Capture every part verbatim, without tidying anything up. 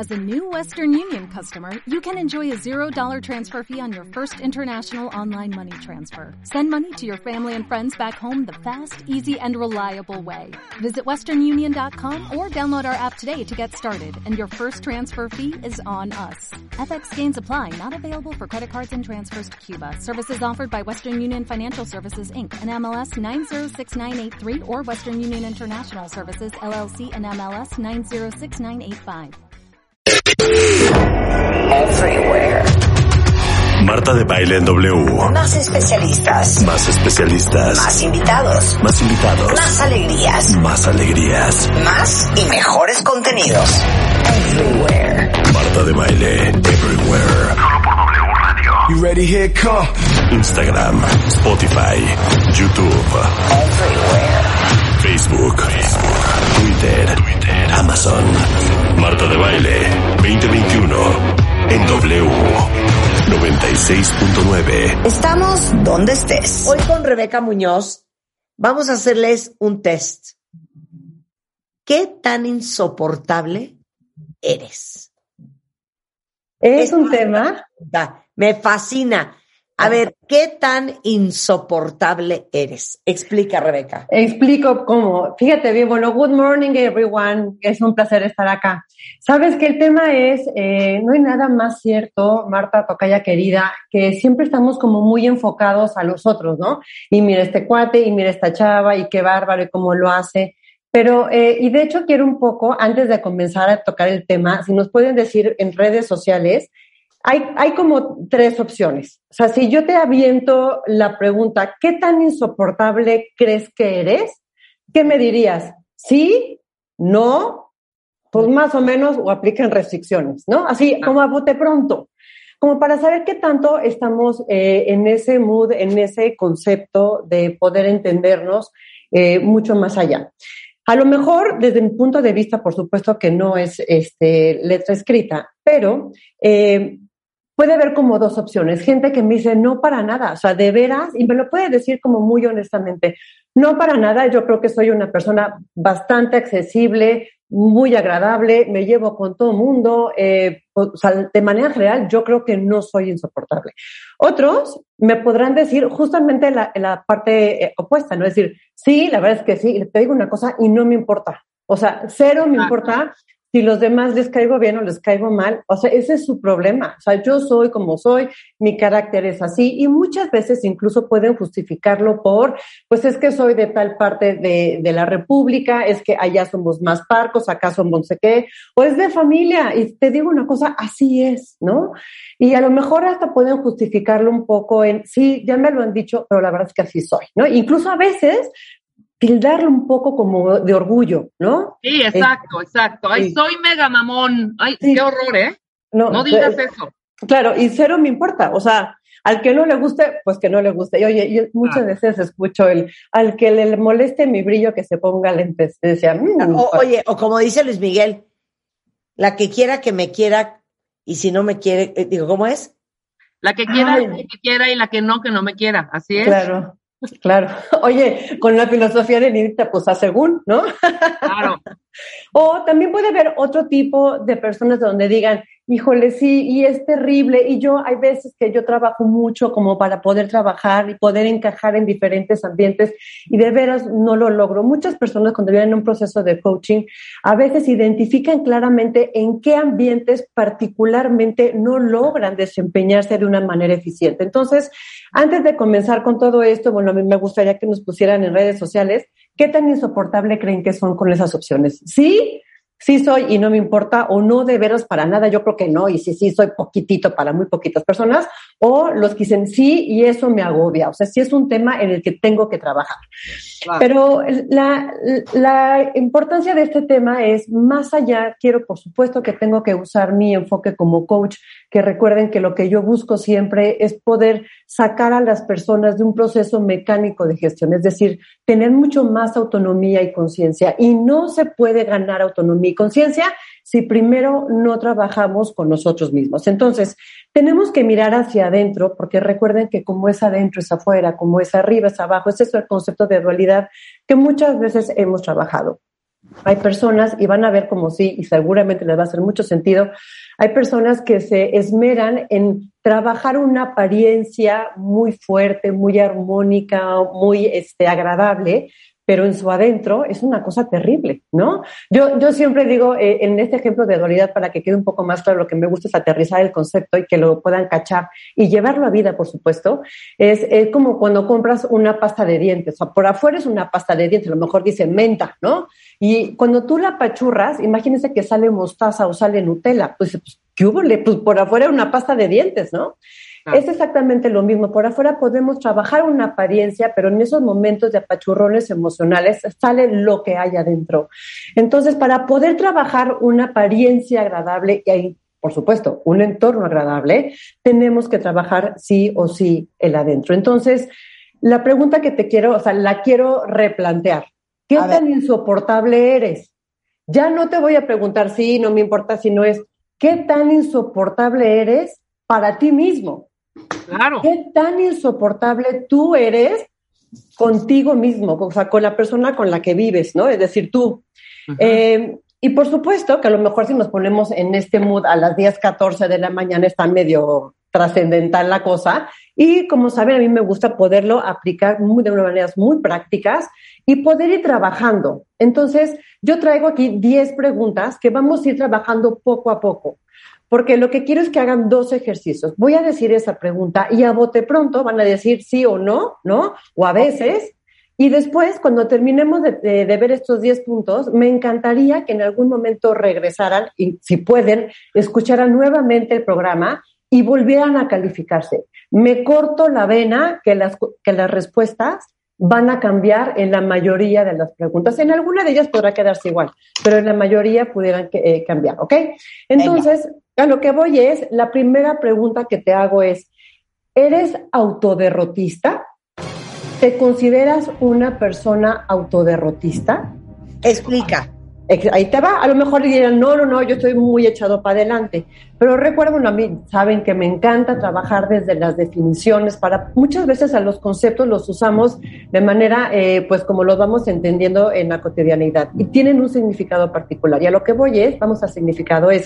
As a new Western Union customer, you can enjoy a zero dollars transfer fee on your first international online money transfer. Send money to your family and friends back home the fast, easy, and reliable way. Visit western union dot com or download our app today to get started, and your first transfer fee is on us. F X gains apply, not available for credit cards and transfers to Cuba. Services offered by Western Union Financial Services, Incorporated, and M L S nine zero six nine eight three or Western Union International Services, L L C, and M L S nine zero six nine eight five. Everywhere. Marta de Baile en W. Más especialistas. Más especialistas. Más invitados. Más invitados. Más alegrías. Más alegrías. Más y mejores contenidos. Everywhere. Marta de Baile. Everywhere. Solo por W Radio. You ready? Here it come. Instagram, Spotify, YouTube. Everywhere. Facebook. Facebook. Twitter. Twitter. Amazon. Marta de Baile. veinte veintiuno. En W. noventa y seis punto nueve. Estamos donde estés. Hoy con Rebeca Muñoz vamos a hacerles un test. ¿Qué tan insoportable eres? Es, es un tema. Me fascina. A ver, ¿qué tan insoportable eres? Explica, Rebeca. Explico cómo. Fíjate bien, bueno, good morning everyone. Es un placer estar acá. Sabes que el tema es, eh, no hay nada más cierto, Marta, tocaya querida, que siempre estamos como muy enfocados a los otros, ¿no? Y mira este cuate, y mira esta chava, y qué bárbaro, y cómo lo hace. Pero, eh, y de hecho quiero un poco, antes de comenzar a tocar el tema, si nos pueden decir en redes sociales, Hay, hay como tres opciones. O sea, si yo te aviento la pregunta, ¿qué tan insoportable crees que eres? ¿Qué me dirías? ¿Sí? ¿No? Pues más o menos, o aplican restricciones, ¿no? Así como a bote pronto. Como para saber qué tanto estamos eh, en ese mood, en ese concepto de poder entendernos eh, mucho más allá. A lo mejor, desde mi punto de vista, por supuesto que no es este, letra escrita, pero eh, puede haber como dos opciones. Gente que me dice, no para nada, o sea, de veras, y me lo puede decir como muy honestamente, no para nada, yo creo que soy una persona bastante accesible, muy agradable, me llevo con todo el mundo, eh, o sea, de manera general, yo creo que no soy insoportable. Otros me podrán decir justamente la, la parte eh, opuesta, ¿no? Es decir, sí, la verdad es que sí, te digo una cosa y no me importa. O sea, cero me importa si los demás les caigo bien o les caigo mal. O sea, ese es su problema. O sea, yo soy como soy, mi carácter es así, y muchas veces incluso pueden justificarlo por, pues es que soy de tal parte de, de la República, es que allá somos más parcos, acá somos no sé qué, o es de familia, y te digo una cosa, así es, ¿no? Y a lo mejor hasta pueden justificarlo un poco en, sí, ya me lo han dicho, pero la verdad es que así soy, ¿no? Incluso a veces tildarlo un poco como de orgullo, ¿no? Sí, exacto, eh, exacto. Ay, sí. Soy mega mamón. Ay, sí. Qué horror, ¿eh? No, no digas eh, eso. Claro, y cero me importa. O sea, al que no le guste, pues que no le guste. Y oye, yo muchas ah. veces escucho el, al que le moleste mi brillo, que se ponga lentes. Decía, mmm, o, oye, o como dice Luis Miguel, la que quiera que me quiera, y si no me quiere, eh, digo, ¿cómo es? La que quiera, Ay. que quiera, y la que no, que no me quiera. Así es. Claro. Claro. Oye, con la filosofía de Nietzsche, pues a según, ¿no? Claro. O también puede haber otro tipo de personas donde digan, híjole, sí, y es terrible, y yo hay veces que yo trabajo mucho como para poder trabajar y poder encajar en diferentes ambientes, y de veras no lo logro. Muchas personas cuando vienen en un proceso de coaching, a veces identifican claramente en qué ambientes particularmente no logran desempeñarse de una manera eficiente. Entonces, antes de comenzar con todo esto, bueno, a mí me gustaría que nos pusieran en redes sociales qué tan insoportable creen que son con esas opciones. ¿Sí? Sí soy y no me importa, o no de veras para nada, yo creo que no, y sí, sí soy poquitito para muy poquitas personas, o los que dicen sí y eso me agobia, o sea, sí es un tema en el que tengo que trabajar. Claro. Pero la, la importancia de este tema es más allá, quiero por supuesto que tengo que usar mi enfoque como coach, que recuerden que lo que yo busco siempre es poder sacar a las personas de un proceso mecánico de gestión, es decir, tener mucho más autonomía y conciencia, y no se puede ganar autonomía y conciencia si primero no trabajamos con nosotros mismos. Entonces, tenemos que mirar hacia adentro, porque recuerden que como es adentro es afuera, como es arriba es abajo, ese es el concepto de dualidad que muchas veces hemos trabajado. Hay personas, y van a ver como sí, y seguramente les va a hacer mucho sentido, hay personas que se esmeran en trabajar una apariencia muy fuerte, muy armónica, muy este, agradable, pero en su adentro es una cosa terrible, ¿no? Yo, yo siempre digo, eh, en este ejemplo de dualidad, para que quede un poco más claro, lo que me gusta es aterrizar el concepto y que lo puedan cachar y llevarlo a vida, por supuesto, es, es como cuando compras una pasta de dientes. O sea, por afuera es una pasta de dientes, a lo mejor dice menta, ¿no? Y cuando tú la apachurras, imagínense que sale mostaza o sale Nutella, pues, pues ¿qué hubo? Pues por afuera una pasta de dientes, ¿no? Ah. Es exactamente lo mismo. Por afuera podemos trabajar una apariencia, pero en esos momentos de apachurrones emocionales sale lo que hay adentro. Entonces, para poder trabajar una apariencia agradable y hay, por supuesto, un entorno agradable, tenemos que trabajar sí o sí el adentro. Entonces, la pregunta que te quiero, o sea, la quiero replantear. ¿Qué A tan ver. insoportable eres? Ya no te voy a preguntar sí, no me importa si no es. ¿Qué tan insoportable eres para ti mismo? Claro. ¿Qué tan insoportable tú eres contigo mismo, o sea, con la persona con la que vives, ¿no? Es decir, tú. Uh-huh. Eh, y por supuesto que a lo mejor si nos ponemos en este mood a las diez catorce de la mañana está medio trascendental la cosa. Y como saben, a mí me gusta poderlo aplicar muy, de unas maneras muy prácticas y poder ir trabajando. Entonces, yo traigo aquí diez preguntas que vamos a ir trabajando poco a poco. Porque lo que quiero es que hagan dos ejercicios. Voy a decir esa pregunta y a bote pronto van a decir sí o no, ¿no? O a veces. Y después, cuando terminemos de, de, de ver estos diez puntos, me encantaría que en algún momento regresaran y, si pueden, escucharan nuevamente el programa y volvieran a calificarse. Me corto la vena que las, que las respuestas van a cambiar en la mayoría de las preguntas. En alguna de ellas podrá quedarse igual, pero en la mayoría pudieran eh, cambiar, ¿ok? Entonces, Venga. A lo que voy es, la primera pregunta que te hago es, ¿eres autoderrotista? ¿Te consideras una persona autoderrotista? Explica. Ahí te va. A lo mejor dirán, no, no, no, yo estoy muy echado para adelante. Pero recuerden, a mí, saben que me encanta trabajar desde las definiciones para, muchas veces a los conceptos los usamos de manera, eh, pues como los vamos entendiendo en la cotidianidad y tienen un significado particular. Y a lo que voy es, vamos al significado, es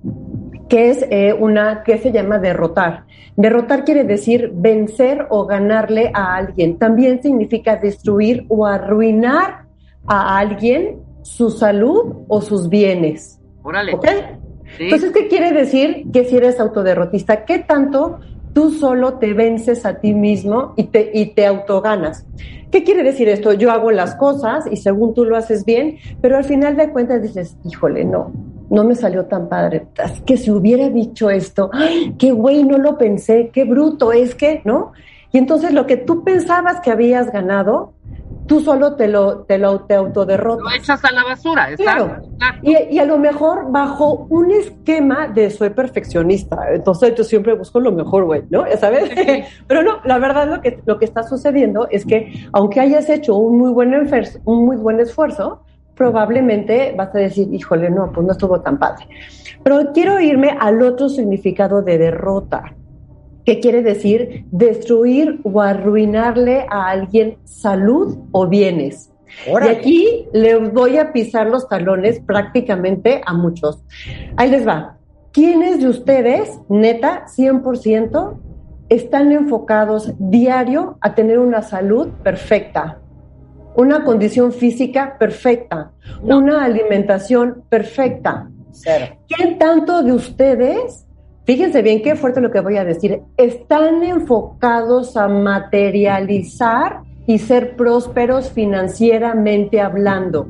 que es eh, una, que se llama derrotar. Derrotar quiere decir vencer o ganarle a alguien. También significa destruir o arruinar a alguien su salud o sus bienes. Órale. ¿Ok? Sí. Entonces, ¿qué quiere decir? Que si eres autoderrotista, ¿qué tanto tú solo te vences a ti mismo y te, y te autoganas? ¿Qué quiere decir esto? Yo hago las cosas y según tú lo haces bien, pero al final de cuentas dices, híjole, no, no me salió tan padre. Es que si hubiera dicho esto, ¡ay, qué güey, no lo pensé, qué bruto, es que, ¿no? Y entonces lo que tú pensabas que habías ganado, tú solo te lo, te lo te autoderrotas. Lo echas a la basura, claro. Exacto. Y, y a lo mejor bajo un esquema de soy perfeccionista, entonces yo siempre busco lo mejor, güey, ¿no? ¿Sabes? Sí. Pero no, la verdad lo que, lo que está sucediendo es que aunque hayas hecho un muy buen esfuerzo, un muy buen esfuerzo, probablemente vas a decir, híjole, no, pues no estuvo tan padre. Pero quiero irme al otro significado de derrota. ¿Qué quiere decir? Destruir o arruinarle a alguien salud o bienes. ¡Órale! Y aquí les voy a pisar los talones prácticamente a muchos. Ahí les va. ¿Quiénes de ustedes, neta, cien por ciento, están enfocados diario a tener una salud perfecta? Una condición física perfecta. No. Una alimentación perfecta. Cero. ¿Quién tanto de ustedes... Fíjense bien qué fuerte lo que voy a decir. Están enfocados a materializar y ser prósperos financieramente hablando.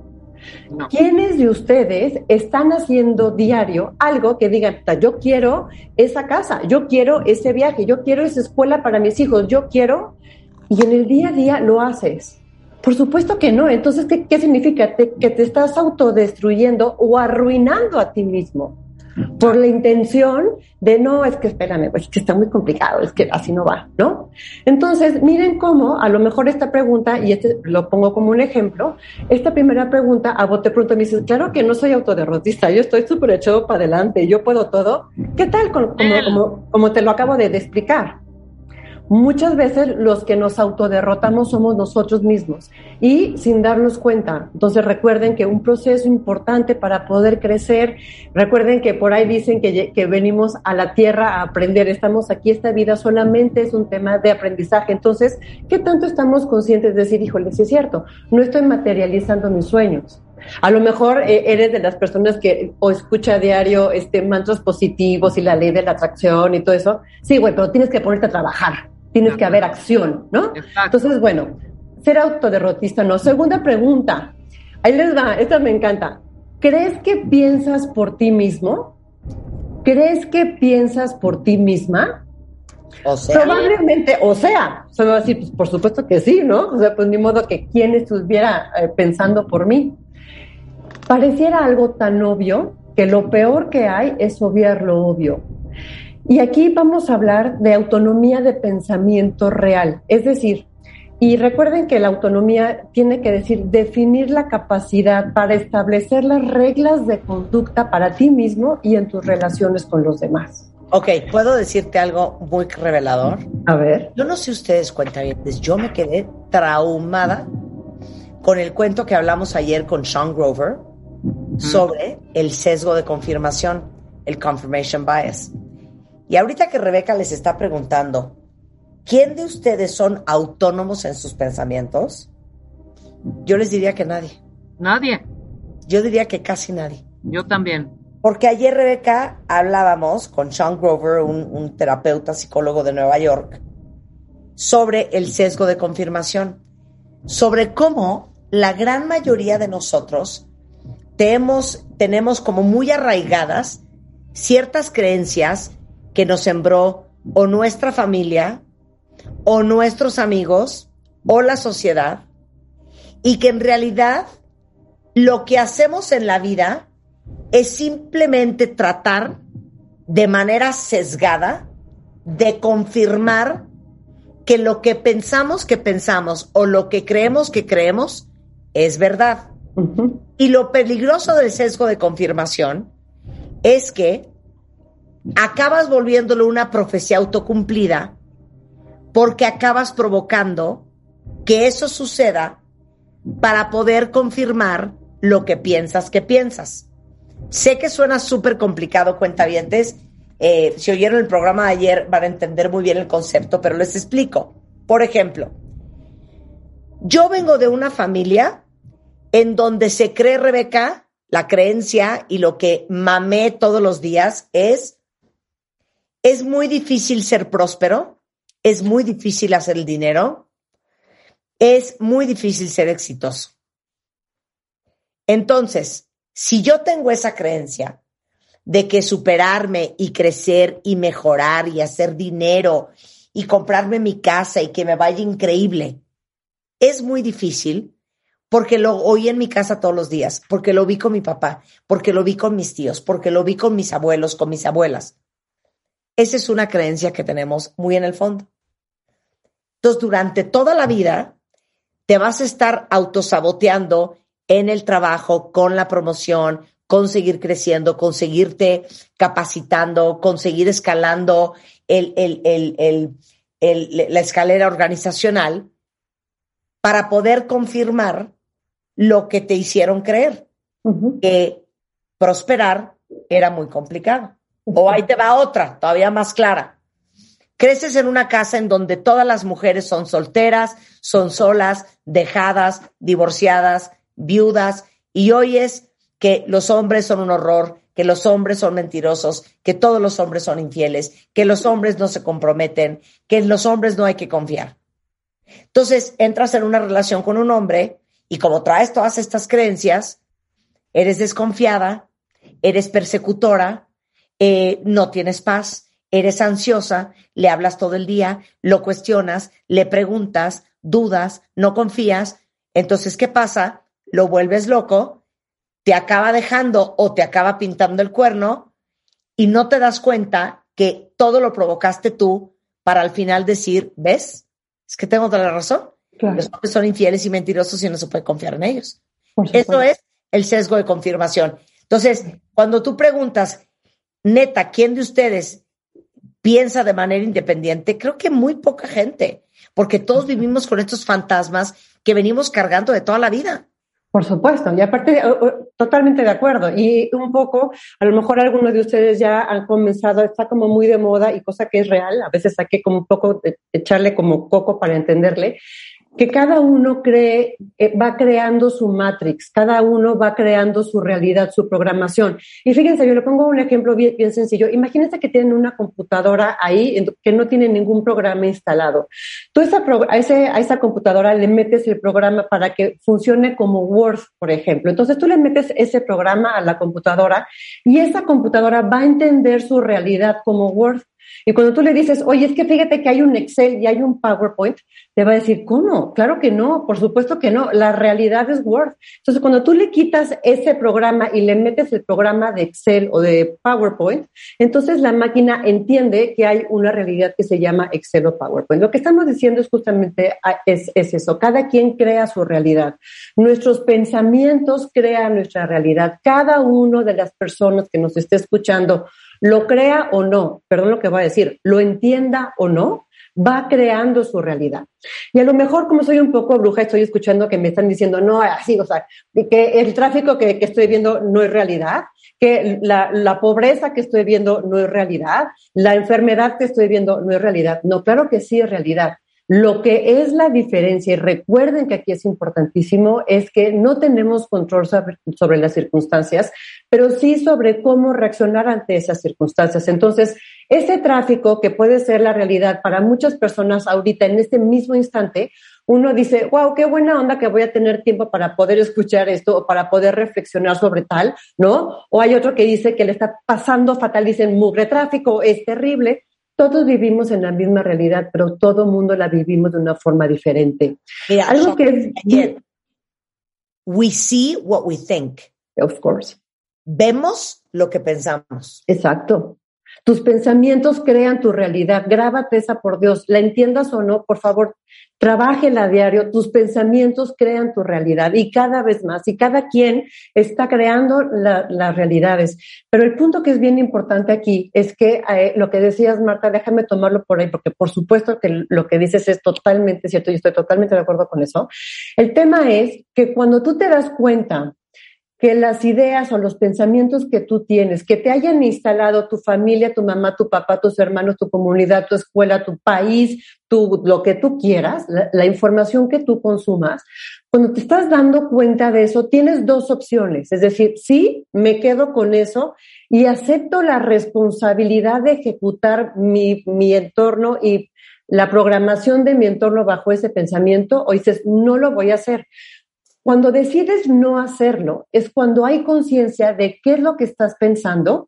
No. ¿Quiénes de ustedes están haciendo diario algo que digan, yo quiero esa casa, yo quiero ese viaje, yo quiero esa escuela para mis hijos, yo quiero, y en el día a día lo haces? Por supuesto que no. Entonces, ¿qué, qué significa? Te, que te estás autodestruyendo o arruinando a ti mismo. Por la intención de no, es que espérame, es que está muy complicado, es que así no va, ¿no? Entonces, miren cómo a lo mejor esta pregunta, y este lo pongo como un ejemplo, esta primera pregunta, a bote pronto me dices, claro que no soy autoderrotista, yo estoy súper echado para adelante, yo puedo todo. ¿Qué tal? Como, como, como, como te lo acabo de, de explicar. muchas veces los que nos autoderrotamos somos nosotros mismos y sin darnos cuenta. Entonces recuerden que un proceso importante para poder crecer, recuerden que por ahí dicen que, que venimos a la tierra a aprender, estamos aquí, esta vida solamente es un tema de aprendizaje. Entonces, ¿qué tanto estamos conscientes de decir, híjole, sí es cierto, no estoy materializando mis sueños? A lo mejor eh, eres de las personas que o escucha a diario este, mantras positivos y la ley de la atracción y todo eso. Sí, güey, pero tienes que ponerte a trabajar, tienes que haber acción, ¿no? Exacto. Entonces, bueno, ser autoderrotista no. Segunda pregunta, ahí les va, esta me encanta. ¿Crees que piensas por ti mismo? ¿Crees que piensas por ti misma? O sea, probablemente, o sea, se me va a decir, pues por supuesto que sí, ¿no? O sea, pues ni modo que quien estuviera eh, pensando por mí. Pareciera algo tan obvio que lo peor que hay es obviar lo obvio. Y aquí vamos a hablar de autonomía de pensamiento real. Es decir, y recuerden que la autonomía tiene que decir definir la capacidad para establecer las reglas de conducta para ti mismo y en tus relaciones con los demás. Ok, ¿puedo decirte algo muy revelador? A ver. Yo no sé ustedes, cuentavientes, yo me quedé traumada con el cuento que hablamos ayer con Sean Grover sobre el sesgo de confirmación, el confirmation bias. Y ahorita que Rebeca les está preguntando, ¿quién de ustedes son autónomos en sus pensamientos? Yo les diría que nadie. Nadie. Yo diría que casi nadie. Yo también. Porque ayer, Rebeca, hablábamos con Sean Grover, un, un terapeuta psicólogo de Nueva York, sobre el sesgo de confirmación, sobre cómo la gran mayoría de nosotros tenemos, tenemos como muy arraigadas ciertas creencias que nos sembró o nuestra familia, o nuestros amigos, o la sociedad, y que en realidad lo que hacemos en la vida es simplemente tratar de manera sesgada de confirmar que lo que pensamos que pensamos o lo que creemos que creemos es verdad. Uh-huh. Y lo peligroso del sesgo de confirmación es que acabas volviéndolo una profecía autocumplida porque acabas provocando que eso suceda para poder confirmar lo que piensas que piensas. Sé que suena súper complicado, cuentavientes. Eh, si oyeron el programa de ayer van a entender muy bien el concepto, pero les explico. Por ejemplo, yo vengo de una familia en donde se cree, Rebeca, la creencia y lo que mamé todos los días es, es muy difícil ser próspero, es muy difícil hacer el dinero, es muy difícil ser exitoso. Entonces, si yo tengo esa creencia de que superarme y crecer y mejorar y hacer dinero y comprarme mi casa y que me vaya increíble, es muy difícil porque lo oí en mi casa todos los días, porque lo vi con mi papá, porque lo vi con mis tíos, porque lo vi con mis abuelos, con mis abuelas. Esa es una creencia que tenemos muy en el fondo. Entonces, durante toda la vida te vas a estar autosaboteando en el trabajo, con la promoción, conseguir creciendo, conseguirte capacitando, conseguir escalando el, el, el, el, el, la escalera organizacional para poder confirmar lo que te hicieron creer, uh-huh. que prosperar era muy complicado. O ahí te va otra, todavía más clara. Creces en una casa en donde todas las mujeres son solteras, son solas, dejadas, divorciadas, viudas, y oyes que los hombres son un horror, que los hombres son mentirosos, que todos los hombres son infieles, que los hombres no se comprometen, que en los hombres no hay que confiar. Entonces entras en una relación con un hombre y como traes todas estas creencias, eres desconfiada, eres persecutora, eh, no tienes paz, eres ansiosa, le hablas todo el día, lo cuestionas, le preguntas, dudas, no confías. Entonces, ¿qué pasa? Lo vuelves loco, te acaba dejando o te acaba pintando el cuerno y no te das cuenta que todo lo provocaste tú para al final decir, ¿ves? Es que tengo toda la razón. Claro. Los hombres son infieles y mentirosos y no se puede confiar en ellos. Eso es el sesgo de confirmación. Entonces, cuando tú preguntas, neta, ¿quién de ustedes piensa de manera independiente? Creo que muy poca gente, porque todos vivimos con estos fantasmas que venimos cargando de toda la vida. Por supuesto, y aparte, totalmente de acuerdo. Y un poco, a lo mejor algunos de ustedes ya han comenzado, está como muy de moda y cosa que es real, a veces hay que como un poco echarle como coco para entenderle, que cada uno cree, eh, va creando su matrix, cada uno va creando su realidad, su programación. Y fíjense, yo le pongo un ejemplo bien, bien sencillo. Imagínense que tienen una computadora ahí que no tiene ningún programa instalado. Tú esa pro, a, ese, a esa computadora le metes el programa para que funcione como Word, por ejemplo. Entonces tú le metes ese programa a la computadora y esa computadora va a entender su realidad como Word. Y cuando tú le dices, oye, es que fíjate que hay un Excel y hay un PowerPoint, te va a decir, ¿cómo? Claro que no, por supuesto que no, la realidad es Word. Entonces, cuando tú le quitas ese programa y le metes el programa de Excel o de PowerPoint, entonces la máquina entiende que hay una realidad que se llama Excel o PowerPoint. Lo que estamos diciendo es justamente es, es eso, cada quien crea su realidad. Nuestros pensamientos crean nuestra realidad. Cada uno de las personas que nos esté escuchando, lo crea o no, perdón lo que voy a decir, lo entienda o no, va creando su realidad. Y a lo mejor, como soy un poco bruja, estoy escuchando que me están diciendo, no, así, o sea, que el tráfico que, que estoy viendo no es realidad, que la, la pobreza que estoy viendo no es realidad, la enfermedad que estoy viendo no es realidad. No, claro que sí es realidad. Lo que es la diferencia, y recuerden que aquí es importantísimo, es que no tenemos control sobre, sobre las circunstancias, pero sí sobre cómo reaccionar ante esas circunstancias. Entonces, ese tráfico que puede ser la realidad para muchas personas ahorita, en este mismo instante, uno dice, wow, qué buena onda que voy a tener tiempo para poder escuchar esto o para poder reflexionar sobre tal, ¿no? O hay otro que dice que le está pasando fatal, dicen, mugre tráfico, es terrible. Todos vivimos en la misma realidad, pero todo mundo la vivimos de una forma diferente. Mira, algo so, que es... again, we see what we think. Of course. Vemos lo que pensamos. Exacto. Tus pensamientos crean tu realidad. Grábate esa, por Dios. La entiendas o no, por favor, trabájela a diario. Tus pensamientos crean tu realidad y cada vez más. Y cada quien está creando la, las realidades. Pero el punto que es bien importante aquí es que eh, lo que decías, Marta, déjame tomarlo por ahí, porque por supuesto que lo que dices es totalmente cierto y estoy totalmente de acuerdo con eso. El tema es que cuando tú te das cuenta que las ideas o los pensamientos que tú tienes, que te hayan instalado tu familia, tu mamá, tu papá, tus hermanos, tu comunidad, tu escuela, tu país, tu, lo que tú quieras, la, la información que tú consumas, cuando te estás dando cuenta de eso, tienes dos opciones. Es decir, sí, me quedo con eso y acepto la responsabilidad de ejecutar mi, mi entorno y la programación de mi entorno bajo ese pensamiento, o dices, no lo voy a hacer. Cuando decides no hacerlo, es cuando hay conciencia de qué es lo que estás pensando,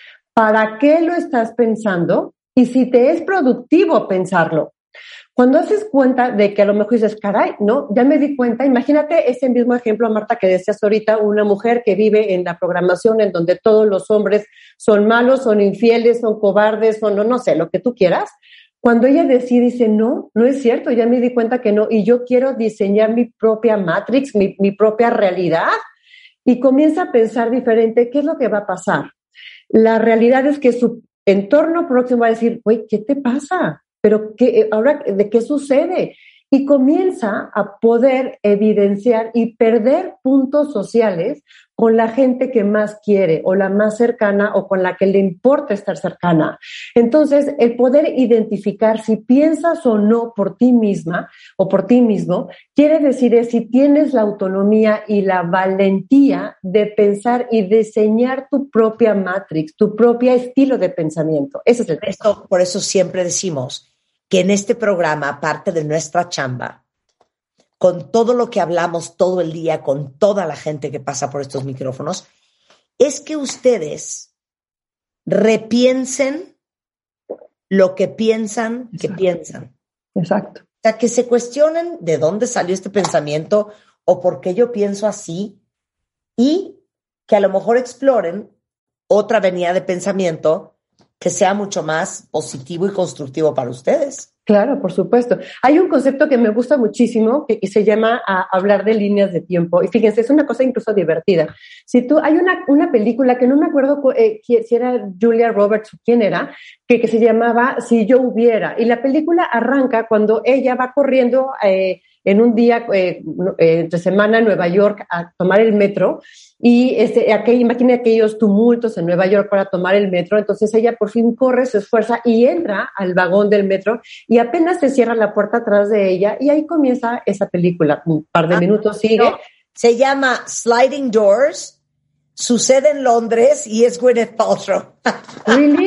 para qué lo estás pensando y si te es productivo pensarlo. Cuando haces cuenta de que a lo mejor dices, caray, no, ya me di cuenta, imagínate ese mismo ejemplo, Marta, que decías ahorita, una mujer que vive en la programación en donde todos los hombres son malos, son infieles, son cobardes, son no, no sé, lo que tú quieras. Cuando ella decide, dice, no, no es cierto, ya me di cuenta que no, y yo quiero diseñar mi propia matrix, mi, mi propia realidad, y comienza a pensar diferente, ¿qué es lo que va a pasar? La realidad es que su entorno próximo va a decir, güey, ¿qué te pasa? ¿Pero qué, ahora de qué sucede? Y comienza a poder evidenciar y perder puntos sociales con la gente que más quiere o la más cercana o con la que le importa estar cercana. Entonces, el poder identificar si piensas o no por ti misma o por ti mismo, quiere decir es si tienes la autonomía y la valentía de pensar y diseñar tu propia matrix, tu propio estilo de pensamiento. Ese es el Esto, por eso siempre decimos que en este programa, aparte de nuestra chamba, con todo lo que hablamos todo el día, con toda la gente que pasa por estos micrófonos, es que ustedes repiensen lo que piensan que Exacto. piensan. Exacto. O sea, que se cuestionen de dónde salió este pensamiento o por qué yo pienso así y que a lo mejor exploren otra avenida de pensamiento que sea mucho más positivo y constructivo para ustedes. Claro, por supuesto. Hay un concepto que me gusta muchísimo que, que se llama a, hablar de líneas de tiempo. Y fíjense, es una cosa incluso divertida. Si tú, hay una, una película que no me acuerdo eh, si era Julia Roberts o quién era, que, que se llamaba Si yo hubiera. Y la película arranca cuando ella va corriendo eh, en un día eh, entre semana en Nueva York a tomar el metro. Y este, aquel, imagina aquellos tumultos en Nueva York para tomar el metro. Entonces ella por fin corre, se esfuerza y entra al vagón del metro y apenas se cierra la puerta atrás de ella y ahí comienza esa película. Un par de ah, minutos sigue. No. Se llama Sliding Doors, sucede en Londres y es Gwyneth Paltrow. ¿Really?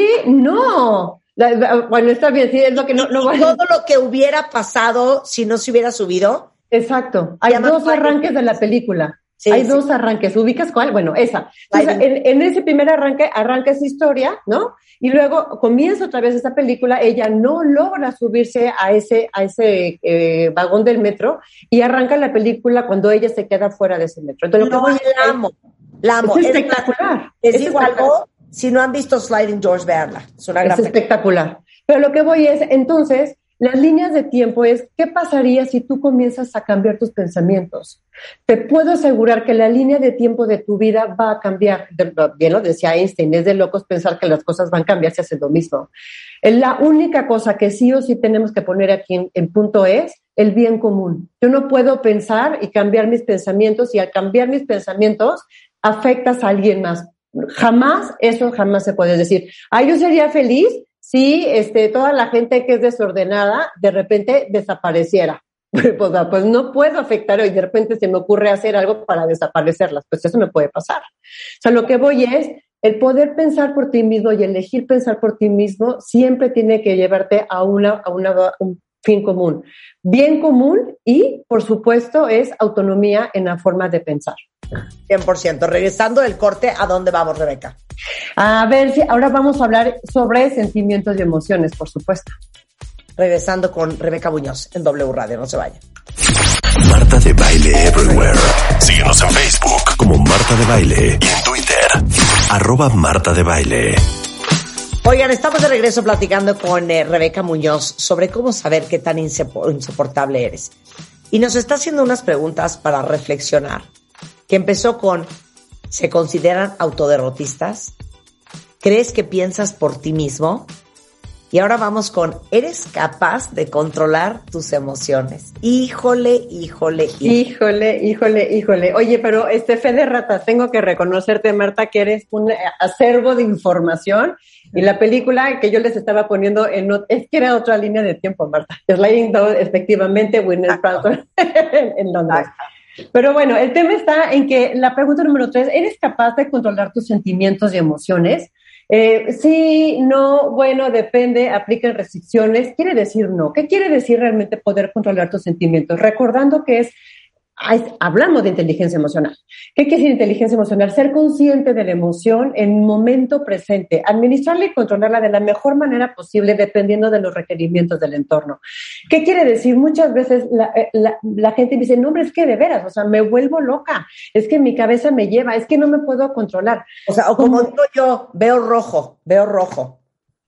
No. La, bueno, está bien, sí, es lo que no... no y todo lo que hubiera pasado si no se hubiera subido. Exacto. Hay dos arranques de la película. Sí, Hay sí. dos arranques. ¿Ubicas cuál? Bueno, esa. Entonces, en, en ese primer arranque, arranca esa historia, ¿no? Y luego comienza otra vez esa película. Ella no logra subirse a ese, a ese eh, vagón del metro y arranca la película cuando ella se queda fuera de ese metro. Entonces, no, lo que voy la amo. La amo. Es espectacular. Es, es digo algo, si no han visto Sliding Doors, veanla. Es una gran Es espectacular. Pero lo que voy es, entonces, las líneas de tiempo es, ¿qué pasaría si tú comienzas a cambiar tus pensamientos? Te puedo asegurar que la línea de tiempo de tu vida va a cambiar. Bien lo decía Einstein, es de locos pensar que las cosas van a cambiar si haces lo mismo. La única cosa que sí o sí tenemos que poner aquí en, en punto es el bien común. Yo no puedo pensar y cambiar mis pensamientos y al cambiar mis pensamientos afectas a alguien más. Jamás, eso jamás se puede decir. Ah, yo sería feliz si este, toda la gente que es desordenada de repente desapareciera. Pues, pues no puedo afectar y de repente se me ocurre hacer algo para desaparecerlas. Pues eso me puede pasar. O sea, lo que voy es, el poder pensar por ti mismo y elegir pensar por ti mismo siempre tiene que llevarte a una, a una, un fin común. Bien común y, por supuesto, es autonomía en la forma de pensar. cien por ciento. Regresando del corte, ¿a dónde vamos, Rebeca? A ver, si ahora vamos a hablar sobre sentimientos y emociones, por supuesto. Regresando con Rebeca Muñoz en W Radio, no se vayan. Marta de Baile Everywhere. Síguenos en Facebook como Marta de Baile y en Twitter, arroba Marta de Baile. Oigan, estamos de regreso platicando con eh, Rebeca Muñoz sobre cómo saber qué tan insoportable eres. Y nos está haciendo unas preguntas para reflexionar, que empezó con, ¿se consideran autoderrotistas? ¿Crees que piensas por ti mismo? Y ahora vamos con, ¿eres capaz de controlar tus emociones? Híjole, híjole, híjole. Híjole, híjole, híjole. Oye, pero este fe de ratas, tengo que reconocerte, Marta, que eres un acervo de información. Y la película que yo les estaba poniendo en es que era otra línea de tiempo, Marta. Sliding Doors, efectivamente, Gwyneth Paltrow en Londres. Pero bueno, el tema está en que la pregunta número tres, ¿eres capaz de controlar tus sentimientos y emociones? Eh, sí, no, bueno, depende, aplican restricciones. Quiere decir no. ¿Qué quiere decir realmente poder controlar tus sentimientos? Recordando que es, es hablamos de inteligencia emocional. ¿Qué quiere decir inteligencia emocional? Ser consciente de la emoción en momento presente, administrarla y controlarla de la mejor manera posible dependiendo de los requerimientos del entorno. ¿Qué quiere decir? Muchas veces la, la, la gente me dice, no, hombre, es que de veras, o sea, me vuelvo loca, es que mi cabeza me lleva, es que no me puedo controlar. O sea, o como digo yo, veo rojo, veo rojo.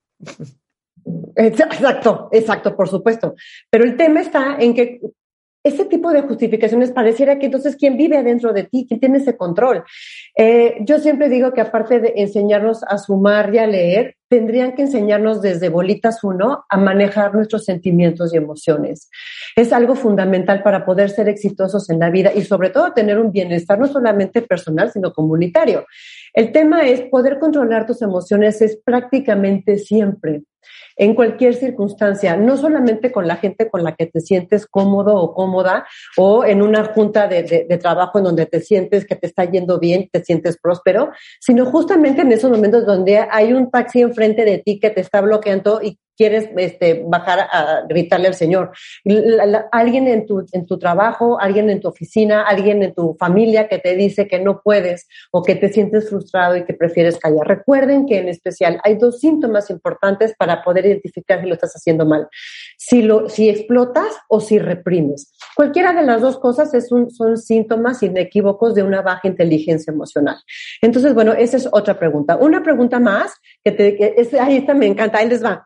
Exacto, exacto, por supuesto. Pero el tema está en que ese tipo de justificaciones pareciera que entonces ¿quién vive adentro de ti? ¿Quién tiene ese control? Eh, yo siempre digo que aparte de enseñarnos a sumar y a leer, tendrían que enseñarnos desde bolitas uno a manejar nuestros sentimientos y emociones. Es algo fundamental para poder ser exitosos en la vida y sobre todo tener un bienestar no solamente personal, sino comunitario. El tema es poder controlar tus emociones es prácticamente siempre, en cualquier circunstancia, no solamente con la gente con la que te sientes cómodo o cómoda o en una junta de, de, de trabajo en donde te sientes que te está yendo bien, te sientes próspero, sino justamente en esos momentos donde hay un taxi enfrente de ti que te está bloqueando y quieres este, bajar a gritarle al Señor. La, la, alguien en tu, en tu trabajo, alguien en tu oficina, alguien en tu familia que te dice que no puedes o que te sientes frustrado y que prefieres callar. Recuerden que en especial hay dos síntomas importantes para poder identificar si lo estás haciendo mal. Si, lo, si explotas o si reprimes. Cualquiera de las dos cosas es un, son síntomas inequívocos de una baja inteligencia emocional. Entonces, bueno, esa es otra pregunta. Una pregunta más, que, te, que es, ahí esta me encanta, ahí les va.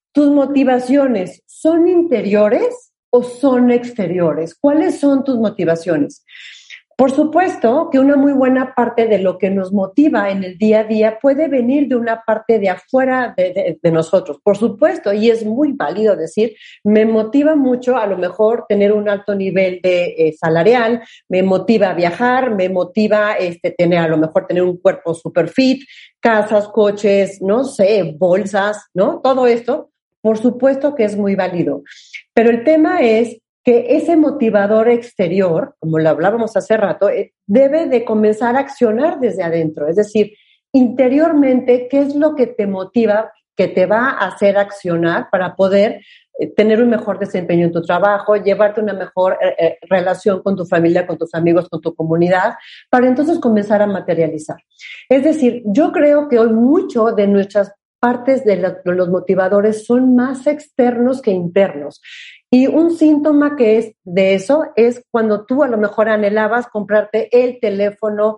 ¿tus motivaciones son interiores o son exteriores? ¿Cuáles son tus motivaciones? Por supuesto que una muy buena parte de lo que nos motiva en el día a día puede venir de una parte de afuera de, de, de nosotros, por supuesto, y es muy válido decir, me motiva mucho a lo mejor tener un alto nivel de eh, salarial, me motiva viajar, me motiva este, tener a lo mejor tener un cuerpo super fit, casas, coches, no sé, bolsas, ¿no? Todo esto, por supuesto que es muy válido. Pero el tema es que ese motivador exterior, como lo hablábamos hace rato, debe de comenzar a accionar desde adentro. Es decir, interiormente, ¿qué es lo que te motiva, que te va a hacer accionar para poder tener un mejor desempeño en tu trabajo, llevarte una mejor eh, relación con tu familia, con tus amigos, con tu comunidad, para entonces comenzar a materializar? Es decir, yo creo que hoy mucho de nuestras partes de, la, de los motivadores son más externos que internos. Y un síntoma que es de eso es cuando tú a lo mejor anhelabas comprarte el teléfono,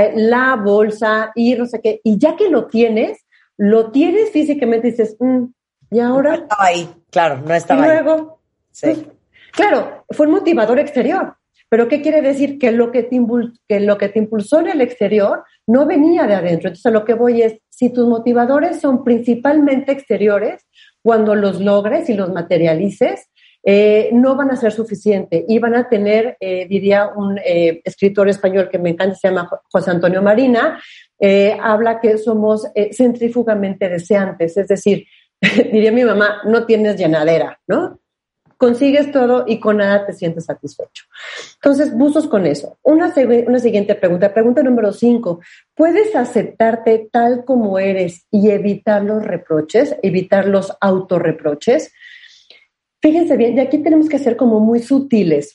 la bolsa y no sé qué, y ya que lo tienes, lo tienes físicamente y dices, mm, ¿y ahora? No estaba ahí, claro, no estaba y luego, ahí. Sí. Pues, claro, fue un motivador exterior, pero ¿qué quiere decir? Que lo que, te impul- que lo que te impulsó en el exterior no venía de adentro. Entonces, a lo que voy es, si tus motivadores son principalmente exteriores, cuando los logres y los materialices, Eh, no van a ser suficientes y van a tener, eh, diría un eh, escritor español que me encanta, se llama José Antonio Marina, eh, habla que somos eh, centrífugamente deseantes, es decir, diría mi mamá, no tienes llenadera, ¿no? Consigues todo y con nada te sientes satisfecho. Entonces, buzos con eso. Una, una siguiente pregunta, pregunta número cinco. ¿Puedes aceptarte tal como eres y evitar los reproches, evitar los autorreproches? Fíjense bien, y aquí tenemos que ser como muy sutiles.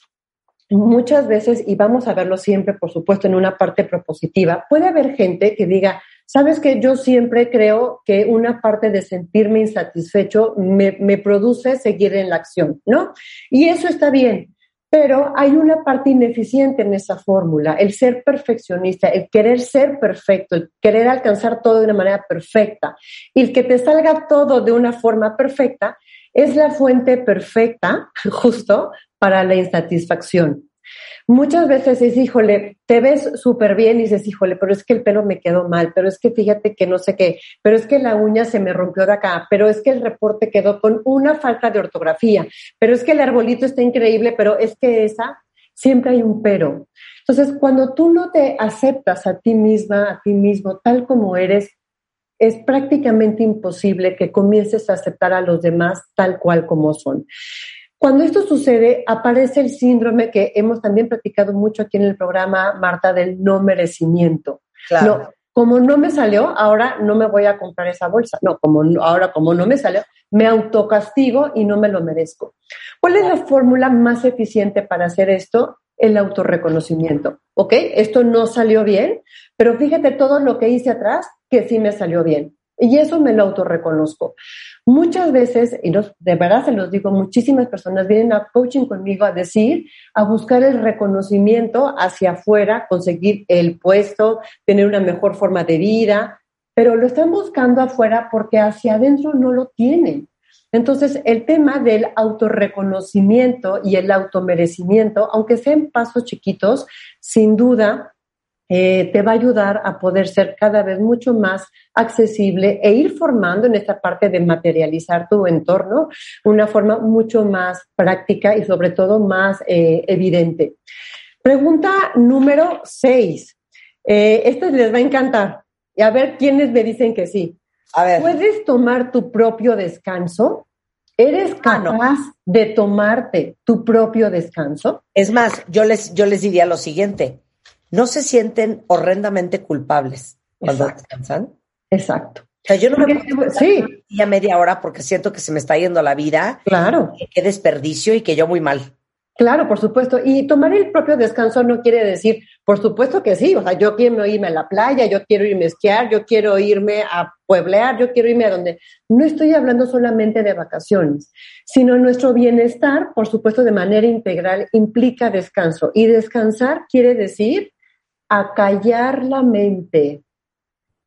Muchas veces, y vamos a verlo siempre, por supuesto, en una parte propositiva, puede haber gente que diga, ¿sabes qué? Yo siempre creo que una parte de sentirme insatisfecho me, me produce seguir en la acción, ¿no? Y eso está bien, pero hay una parte ineficiente en esa fórmula, el ser perfeccionista, el querer ser perfecto, el querer alcanzar todo de una manera perfecta, y el que te salga todo de una forma perfecta, es la fuente perfecta, justo, para la insatisfacción. Muchas veces es, híjole, te ves súper bien y dices, híjole, pero es que el pelo me quedó mal, pero es que fíjate que no sé qué, pero es que la uña se me rompió de acá, pero es que el reporte quedó con una falta de ortografía, pero es que el arbolito está increíble, pero es que esa, siempre hay un pero. Entonces, cuando tú no te aceptas a ti misma, a ti mismo, tal como eres, es prácticamente imposible que comiences a aceptar a los demás tal cual como son. Cuando esto sucede, aparece el síndrome que hemos también platicado mucho aquí en el programa, Marta, del no merecimiento. Claro. No, como no me salió, ahora no me voy a comprar esa bolsa. No, como no, ahora como no me salió, me autocastigo y no me lo merezco. ¿Cuál es la fórmula más eficiente para hacer esto? El autorreconocimiento. ¿Ok? Esto no salió bien, pero fíjate todo lo que hice atrás que sí me salió bien. Y eso me lo autorreconozco. Muchas veces, y los, de verdad se los digo, muchísimas personas vienen a coaching conmigo a decir, a buscar el reconocimiento hacia afuera, conseguir el puesto, tener una mejor forma de vida, pero lo están buscando afuera porque hacia adentro no lo tienen. Entonces, el tema del autorreconocimiento y el automerecimiento, aunque sean pasos chiquitos, sin duda eh, te va a ayudar a poder ser cada vez mucho más accesible e ir formando en esta parte de materializar tu entorno una forma mucho más práctica y sobre todo más eh, evidente. Pregunta número seis. Eh, esta les va a encantar. Y a ver quiénes me dicen que sí. A ver. ¿Puedes tomar tu propio descanso? ¿Eres capaz ah, no. de tomarte tu propio descanso? Es más, yo les, yo les diría lo siguiente. ¿No se sienten horrendamente culpables cuando Exacto. descansan? Exacto. O sea, yo no porque, me puedo sí. a media hora porque siento que se me está yendo la vida. Claro. Que qué desperdicio y que yo muy mal. Claro, por supuesto. Y tomar el propio descanso no quiere decir, por supuesto que sí, o sea, yo quiero irme a la playa, yo quiero irme a esquiar, yo quiero irme a pueblear, yo quiero irme a donde... No estoy hablando solamente de vacaciones, sino nuestro bienestar, por supuesto, de manera integral, implica descanso. Y descansar quiere decir acallar la mente.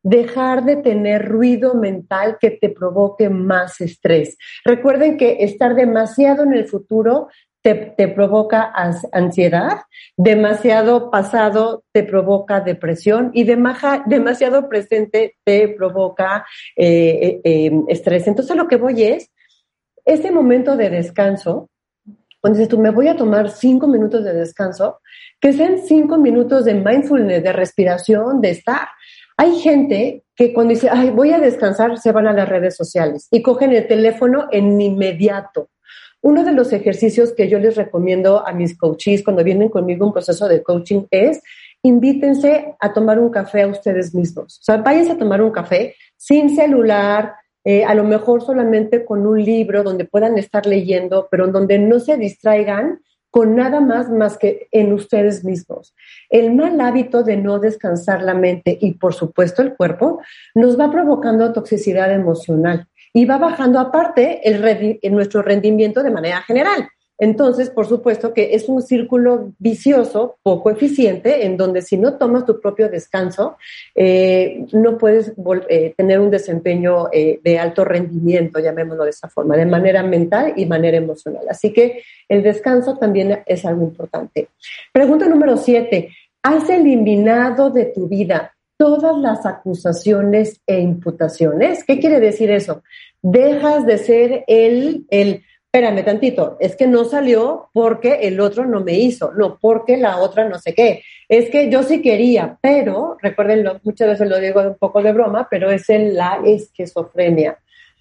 dejar de tener ruido mental que te provoque más estrés. Recuerden que estar demasiado en el futuro te, te provoca ansiedad, demasiado pasado te provoca depresión y demaja, demasiado presente te provoca eh, eh, estrés. Entonces, lo que voy es, ese momento de descanso, cuando dices tú, me voy a tomar cinco minutos de descanso, que sean cinco minutos de mindfulness, de respiración, de estar. Hay gente que cuando dice, ay, voy a descansar, se van a las redes sociales y cogen el teléfono en inmediato. Uno de los ejercicios que yo les recomiendo a mis coaches cuando vienen conmigo a un proceso de coaching es invítense a tomar un café a ustedes mismos. O sea, váyanse a tomar un café sin celular, eh, a lo mejor solamente con un libro donde puedan estar leyendo, pero donde no se distraigan con nada más más que en ustedes mismos. El mal hábito de no descansar la mente y, por supuesto, el cuerpo, nos va provocando toxicidad emocional y va bajando aparte el rendi- en nuestro rendimiento de manera general. Entonces, por supuesto que es un círculo vicioso, poco eficiente, en donde si no tomas tu propio descanso, eh, no puedes vol- eh, tener un desempeño eh, de alto rendimiento, llamémoslo de esa forma, de manera mental y manera emocional. Así que el descanso también es algo importante. Pregunta número siete. ¿Has eliminado de tu vida todas las acusaciones e imputaciones? ¿Qué quiere decir eso? Dejas de ser el... el espérame tantito, es que no salió porque el otro no me hizo, no, porque la otra no sé qué. Es que yo sí quería, pero, recuerden, muchas veces lo digo un poco de broma, pero es en la esquizofrenia.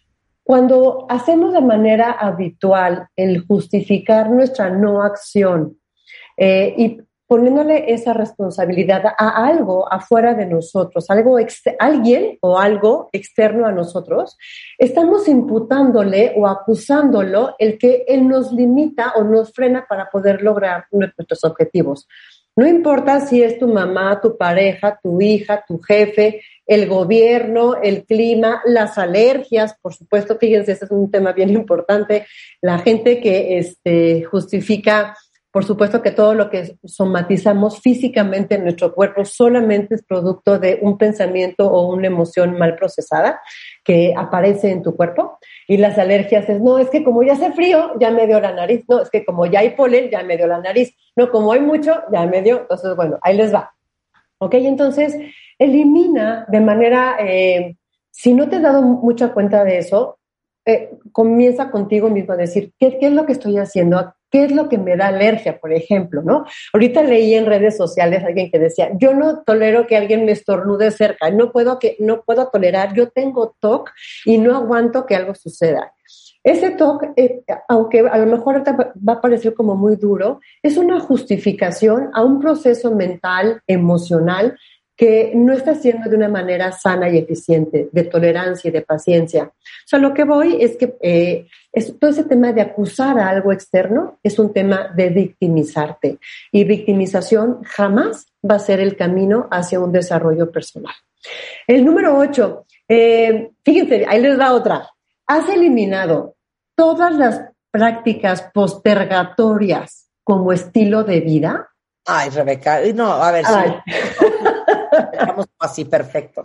Cuando hacemos de manera habitual el justificar nuestra no acción eh, y poniéndole esa responsabilidad a algo afuera de nosotros, algo ex- alguien o algo externo a nosotros, estamos imputándole o acusándolo el que él nos limita o nos frena para poder lograr nuestros objetivos. No importa si es tu mamá, tu pareja, tu hija, tu jefe, el gobierno, el clima, las alergias, por supuesto, fíjense, este es un tema bien importante, la gente que este, justifica. Por supuesto que todo lo que somatizamos físicamente en nuestro cuerpo solamente es producto de un pensamiento o una emoción mal procesada que aparece en tu cuerpo. Y las alergias es, no, es que como ya hace frío, ya me dio la nariz. No, es que como ya hay polen, ya me dio la nariz. No, como hay mucho, ya me dio. Entonces, bueno, ahí les va. ¿Ok? Entonces, elimina de manera, eh, si no te has dado mucha cuenta de eso, eh, comienza contigo mismo a decir, ¿qué, qué es lo que estoy haciendo? ¿Qué es lo que me da alergia, por ejemplo, no? Ahorita leí en redes sociales a alguien que decía, yo no tolero que alguien me estornude cerca, no puedo que no puedo tolerar, yo tengo T O C y no aguanto que algo suceda. Ese T O C, eh, aunque a lo mejor va a parecer como muy duro, es una justificación a un proceso mental, emocional, que no está haciendo de una manera sana y eficiente, de tolerancia y de paciencia. O sea, lo que voy es que eh, es, todo ese tema de acusar a algo externo es un tema de victimizarte. Y victimización jamás va a ser el camino hacia un desarrollo personal. El número ocho, eh, fíjense, ahí les da otra. Has eliminado todas las prácticas postergatorias como estilo de vida. Ay, Rebeca, no, a ver, Ay. sí. Estamos así perfectos.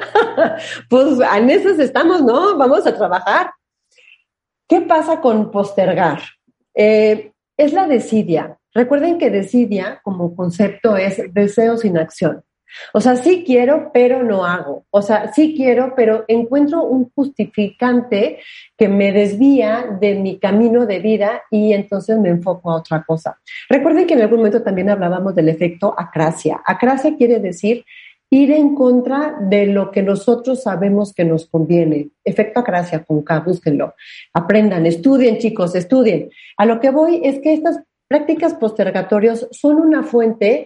Pues en esas estamos, ¿no? Vamos a trabajar. ¿Qué pasa con postergar? Eh, es la desidia. Recuerden que desidia como concepto es deseo sin acción. O sea, sí quiero, pero no hago. O sea, sí quiero, pero encuentro un justificante que me desvía de mi camino de vida y entonces me enfoco a otra cosa. Recuerden que en algún momento también hablábamos del efecto acrasia. Acrasia quiere decir ir en contra de lo que nosotros sabemos que nos conviene. Efecto acrasia, con K, búsquenlo. Aprendan, estudien, chicos, estudien. A lo que voy es que estas prácticas postergatorias son una fuente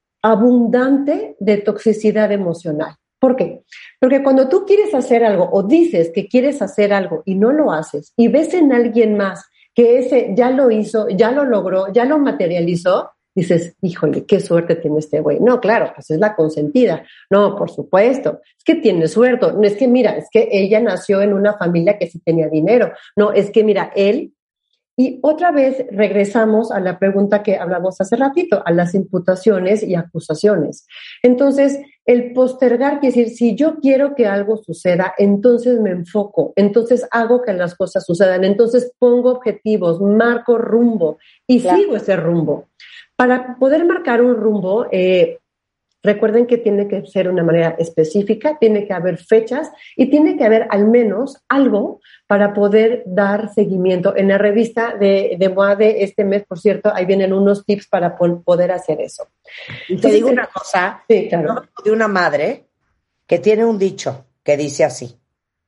abundante de toxicidad emocional. ¿Por qué? Porque cuando tú quieres hacer algo o dices que quieres hacer algo y no lo haces y ves en alguien más que ese ya lo hizo, ya lo logró, ya lo materializó, dices, híjole, qué suerte tiene este güey. No, claro, pues es la consentida. No, por supuesto, es que tiene suerte. No, es que mira, es que ella nació en una familia que sí tenía dinero. No, es que mira, él Y otra vez regresamos a la pregunta que hablamos hace ratito, a las imputaciones y acusaciones. Entonces, el postergar quiere decir, si yo quiero que algo suceda, entonces me enfoco, entonces hago que las cosas sucedan, entonces pongo objetivos, marco rumbo y claro. sigo ese rumbo. Para poder marcar un rumbo, eh, recuerden que tiene que ser de una manera específica, tiene que haber fechas y tiene que haber al menos algo para poder dar seguimiento. En la revista de, de M O A D este mes, por cierto, ahí vienen unos tips para poder hacer eso. Y te Entonces, digo una cosa, sí, claro. de una madre que tiene un dicho que dice así,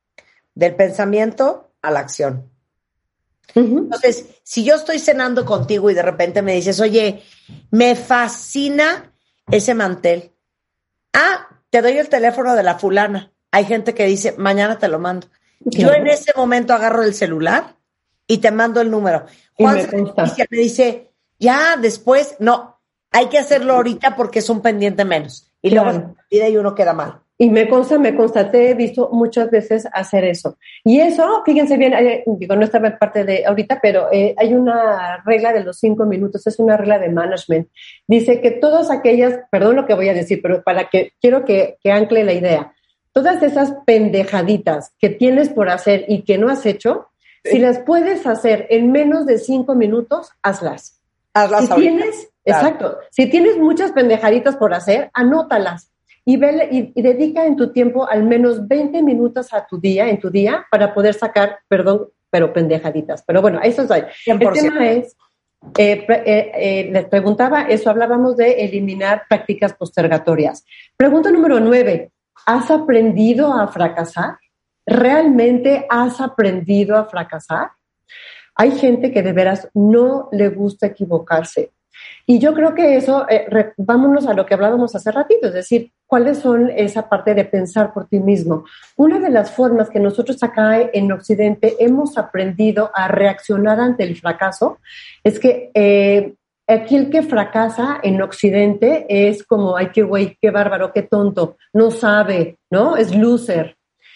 del pensamiento a la acción. Uh-huh. Entonces, si yo estoy cenando contigo y de repente me dices, oye, me fascina ese mantel. Ah, te doy el teléfono de la fulana. Hay gente que dice, mañana te lo mando. Okay. Yo en ese momento agarro el celular y te mando el número. Juan me, me dice, ya después, no, hay que hacerlo ahorita porque es un pendiente menos. Y claro. luego se olvida y uno queda mal. Y me consta, me constaté, he visto muchas veces hacer eso. Y eso, fíjense bien, eh, digo, no estaba en parte de ahorita, pero eh, hay una regla de los cinco minutos, es una regla de management. Dice que todas aquellas, perdón lo que voy a decir, pero para que, quiero que, que ancle la idea, todas esas pendejaditas que tienes por hacer y que no has hecho, sí. si las puedes hacer en menos de cinco minutos, hazlas. Hazlas si ahorita. tienes, claro. Exacto, si tienes muchas pendejaditas por hacer, anótalas. Y, ve, y, y dedica en tu tiempo al menos veinte minutos a tu día, en tu día, para poder sacar, perdón, pero pendejaditas. Pero bueno, eso es ahí. cien por ciento. El tema es, eh, eh, eh, les preguntaba, eso hablábamos de eliminar prácticas postergatorias. Pregunta número nueve, ¿has aprendido a fracasar? ¿Realmente has aprendido a fracasar? Hay gente que de veras no le gusta equivocarse. Y yo creo que eso, eh, re, vámonos a lo que hablábamos hace ratito, es decir, ¿cuáles son esa parte de pensar por ti mismo? Una de las formas que nosotros acá en Occidente hemos aprendido a reaccionar ante el fracaso es que eh, aquí el que fracasa en Occidente es como, ay, qué güey, qué bárbaro, qué tonto, no sabe, ¿no? Es loser.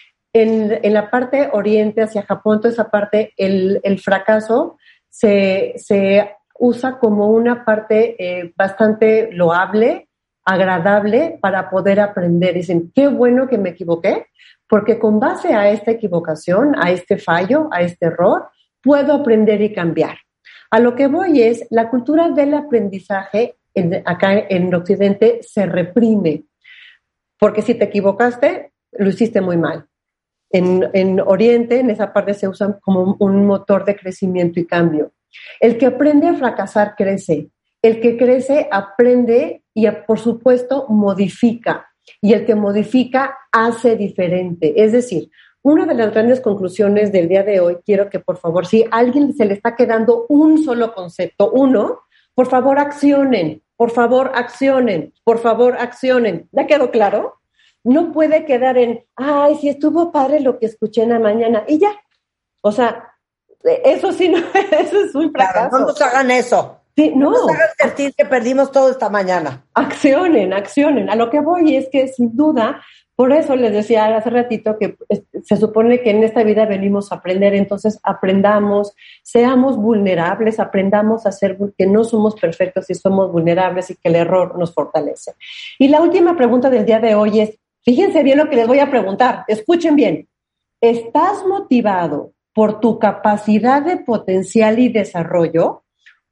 En, en la parte oriente, hacia Japón, toda esa parte, el, el fracaso se... se usa como una parte eh, bastante loable, agradable para poder aprender. Dicen, qué bueno que me equivoqué, porque con base a esta equivocación, a este fallo, a este error, puedo aprender y cambiar. A lo que voy es, la cultura del aprendizaje en, acá en Occidente se reprime, porque si te equivocaste, lo hiciste muy mal. En, en Oriente, en esa parte se usa como un motor de crecimiento y cambio. El que aprende a fracasar crece. El que crece aprende y, por supuesto, modifica. Y el que modifica hace diferente. Es decir, una de las grandes conclusiones del día de hoy, quiero que, por favor, si a alguien se le está quedando un solo concepto, uno, por favor, accionen. Por favor, accionen. Por favor, accionen. ¿Ya quedó claro? No puede quedar en, ay, sí estuvo padre lo que escuché en la mañana. Y ya. O sea, eso sí, no, eso es un fracaso. Claro, no nos hagan eso. Sí, no. No nos hagan sentir que perdimos todo esta mañana. Accionen, accionen. A lo que voy es que, sin duda, por eso les decía hace ratito que se supone que en esta vida venimos a aprender, entonces aprendamos, seamos vulnerables, aprendamos a ser que no somos perfectos y somos vulnerables y que el error nos fortalece. Y la última pregunta del día de hoy es, fíjense bien lo que les voy a preguntar, escuchen bien. ¿Estás motivado por tu capacidad de potencial y desarrollo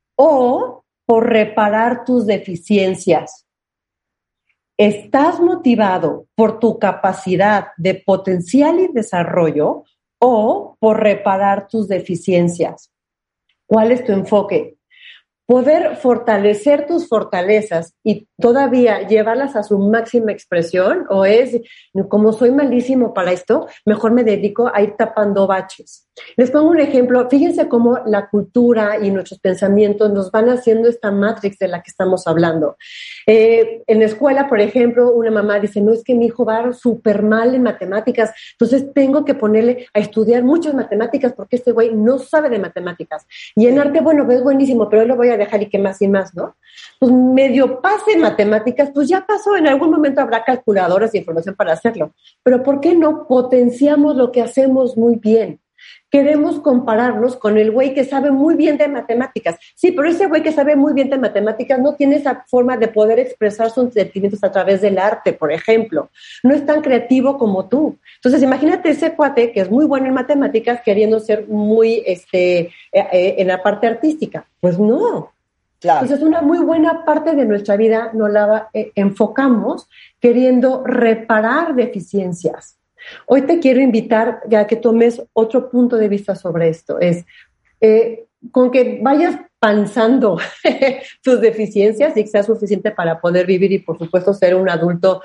o por reparar tus deficiencias? ¿Estás motivado por tu capacidad de potencial y desarrollo o por reparar tus deficiencias? ¿Cuál es tu enfoque? Poder fortalecer tus fortalezas y todavía llevarlas a su máxima expresión, o es, como soy malísimo para esto, mejor me dedico a ir tapando baches. Les pongo un ejemplo, fíjense cómo la cultura y nuestros pensamientos nos van haciendo esta matrix de la que estamos hablando. Eh, en la escuela, por ejemplo, una mamá dice, no, es que mi hijo va súper mal en matemáticas, entonces tengo que ponerle a estudiar muchas matemáticas porque este güey no sabe de matemáticas. Y en arte, bueno, es buenísimo, pero yo lo voy a dejar y que más y más, ¿no? Pues medio pase matemáticas, pues ya pasó, en algún momento habrá calculadoras y información para hacerlo. Pero ¿por qué no potenciamos lo que hacemos muy bien? queremos compararnos con el güey que sabe muy bien de matemáticas. Sí, pero ese güey que sabe muy bien de matemáticas no tiene esa forma de poder expresar sus sentimientos a través del arte, por ejemplo. No es tan creativo como tú. Entonces, imagínate ese cuate que es muy bueno en matemáticas queriendo ser muy este, eh, eh, en la parte artística. Pues no. Claro. Entonces, una muy buena parte de nuestra vida nos la eh, enfocamos queriendo reparar deficiencias. Hoy te quiero invitar a que tomes otro punto de vista sobre esto. Es eh, con que vayas pensando tus deficiencias y que sea suficiente para poder vivir y, por supuesto, ser un adulto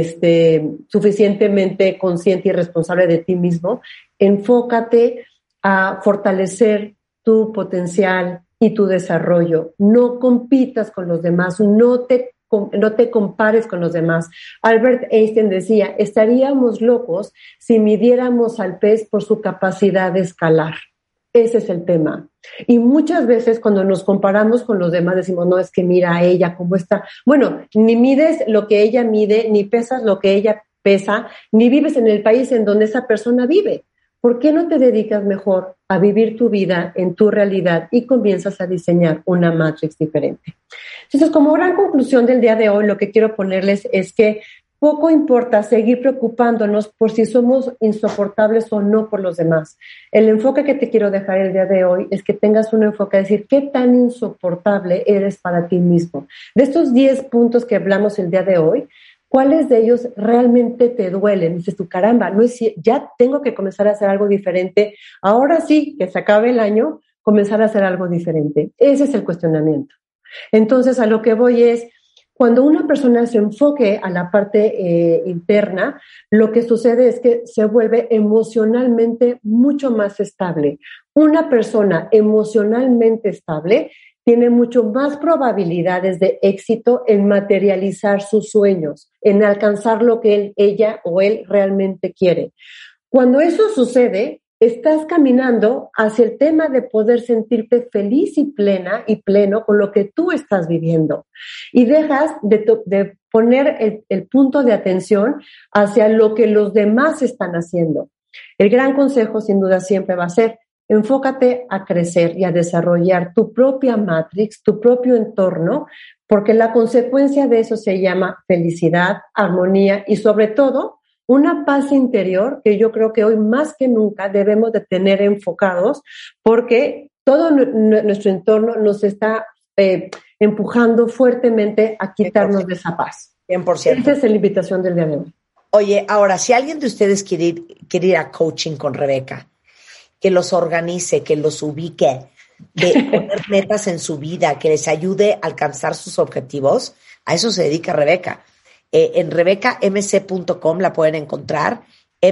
este, suficientemente consciente y responsable de ti mismo. Enfócate a fortalecer tu potencial y tu desarrollo. No compitas con los demás, no te no te compares con los demás. Albert Einstein decía, estaríamos locos si midiéramos al pez por su capacidad de escalar. Ese es el tema. Y muchas veces cuando nos comparamos con los demás decimos, no, es que mira a ella cómo está. Bueno, ni mides lo que ella mide, ni pesas lo que ella pesa, ni vives en el país en donde esa persona vive. ¿Por qué no te dedicas mejor a vivir tu vida en tu realidad y comienzas a diseñar una matrix diferente? Entonces, como gran conclusión del día de hoy, lo que quiero ponerles es que poco importa seguir preocupándonos por si somos insoportables o no por los demás. El enfoque que te quiero dejar el día de hoy es que tengas un enfoque a decir qué tan insoportable eres para ti mismo. De estos diez puntos que hablamos el día de hoy, ¿cuáles de ellos realmente te duelen? Dices tú, caramba, no es, ya tengo que comenzar a hacer algo diferente. Ahora sí, que se acabe el año, comenzar a hacer algo diferente. Ese es el cuestionamiento. Entonces, a lo que voy es, cuando una persona se enfoque a la parte eh, interna, lo que sucede es que se vuelve emocionalmente mucho más estable. Una persona emocionalmente estable tiene mucho más probabilidades de éxito en materializar sus sueños, en alcanzar lo que él, ella o él realmente quiere. Cuando eso sucede, estás caminando hacia el tema de poder sentirte feliz y plena y pleno con lo que tú estás viviendo. Y dejas de, to- de poner el, el punto de atención hacia lo que los demás están haciendo. El gran consejo, sin duda, siempre va a ser: enfócate a crecer y a desarrollar tu propia matrix, tu propio entorno, porque la consecuencia de eso se llama felicidad, armonía y, sobre todo, una paz interior que yo creo que hoy más que nunca debemos de tener enfocados, porque todo n- nuestro entorno nos está eh, empujando fuertemente a quitarnos de esa paz. cien por ciento. Esa es la invitación del día de hoy. Oye, ahora, si alguien de ustedes quiere ir, quiere ir a coaching con Rebeca, que los organice, que los ubique, que poner metas en su vida, que les ayude a alcanzar sus objetivos, a eso se dedica Rebeca. Eh, en rebeca m c punto com la pueden encontrar,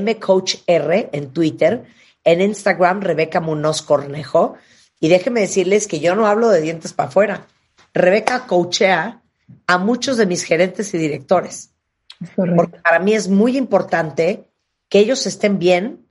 mcoachr en Twitter, en Instagram Rebeca Munoz Cornejo, y déjenme decirles que yo no hablo de dientes para afuera. Rebeca coachea a muchos de mis gerentes y directores. Porque para mí es muy importante que ellos estén bien,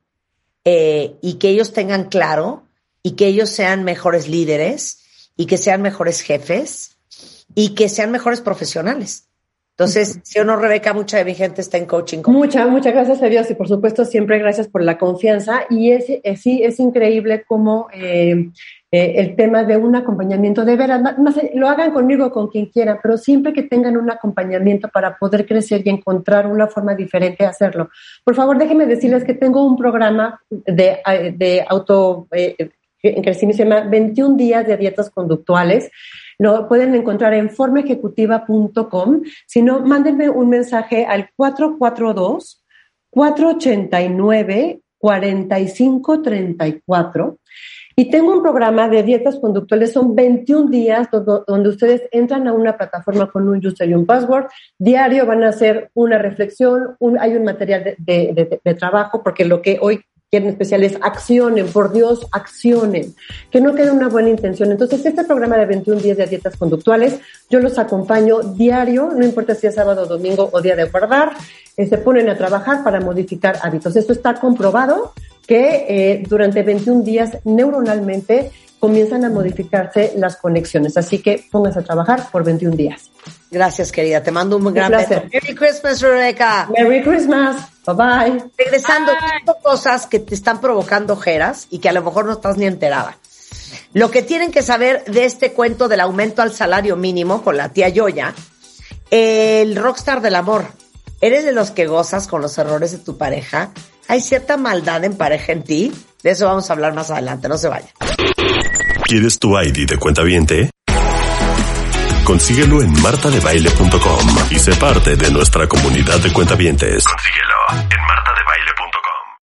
Eh, y que ellos tengan claro y que ellos sean mejores líderes y que sean mejores jefes y que sean mejores profesionales. Entonces, ¿sí o no, Rebeca? Mucha de mi gente está en coaching. Mucha, muchas gracias a Dios y, por supuesto, siempre gracias por la confianza. Y es, es sí, es increíble cómo eh, eh, el tema de un acompañamiento, de veras, más, más, lo hagan conmigo o con quien quieran, pero siempre que tengan un acompañamiento para poder crecer y encontrar una forma diferente de hacerlo. Por favor, déjenme decirles que tengo un programa de, de auto eh, en crecimiento, se llama veintiún días de dietas conductuales. Lo pueden encontrar en forma ejecutiva punto com. Si no, mándenme un mensaje al cuatro cuatro dos, cuatro ocho nueve, cuatro cinco tres cuatro. Y tengo un programa de dietas conductuales, son veintiún días do- donde ustedes entran a una plataforma con un user y un password. Diario van a hacer una reflexión, un, hay un material de, de, de, de trabajo, porque lo que hoy quieren especial es accionen, por Dios, accionen, que no quede una buena intención. Entonces, este programa de veintiún días de dietas conductuales, yo los acompaño diario, no importa si es sábado, domingo o día de guardar, eh, se ponen a trabajar para modificar hábitos. Esto está comprobado que eh, durante veintiún días neuronalmente comienzan a modificarse las conexiones. Así que pónganse a trabajar por veintiún días. Gracias, querida. Te mando un, un gran beso. Merry Christmas, Rebeca. Merry Christmas. Bye bye. Regresando, cinco cosas que te están provocando ojeras y que a lo mejor no estás ni enterada. Lo que tienen que saber de este cuento del aumento al salario mínimo con la tía Yoya, el rockstar del amor. ¿Eres de los que gozas con los errores de tu pareja? ¿Hay cierta maldad en pareja en ti? De eso vamos a hablar más adelante, no se vayan. ¿Quieres tu I D de cuentaviente? Consíguelo en marta de baile punto com y sé parte de nuestra comunidad de cuentavientes. Consíguelo en marta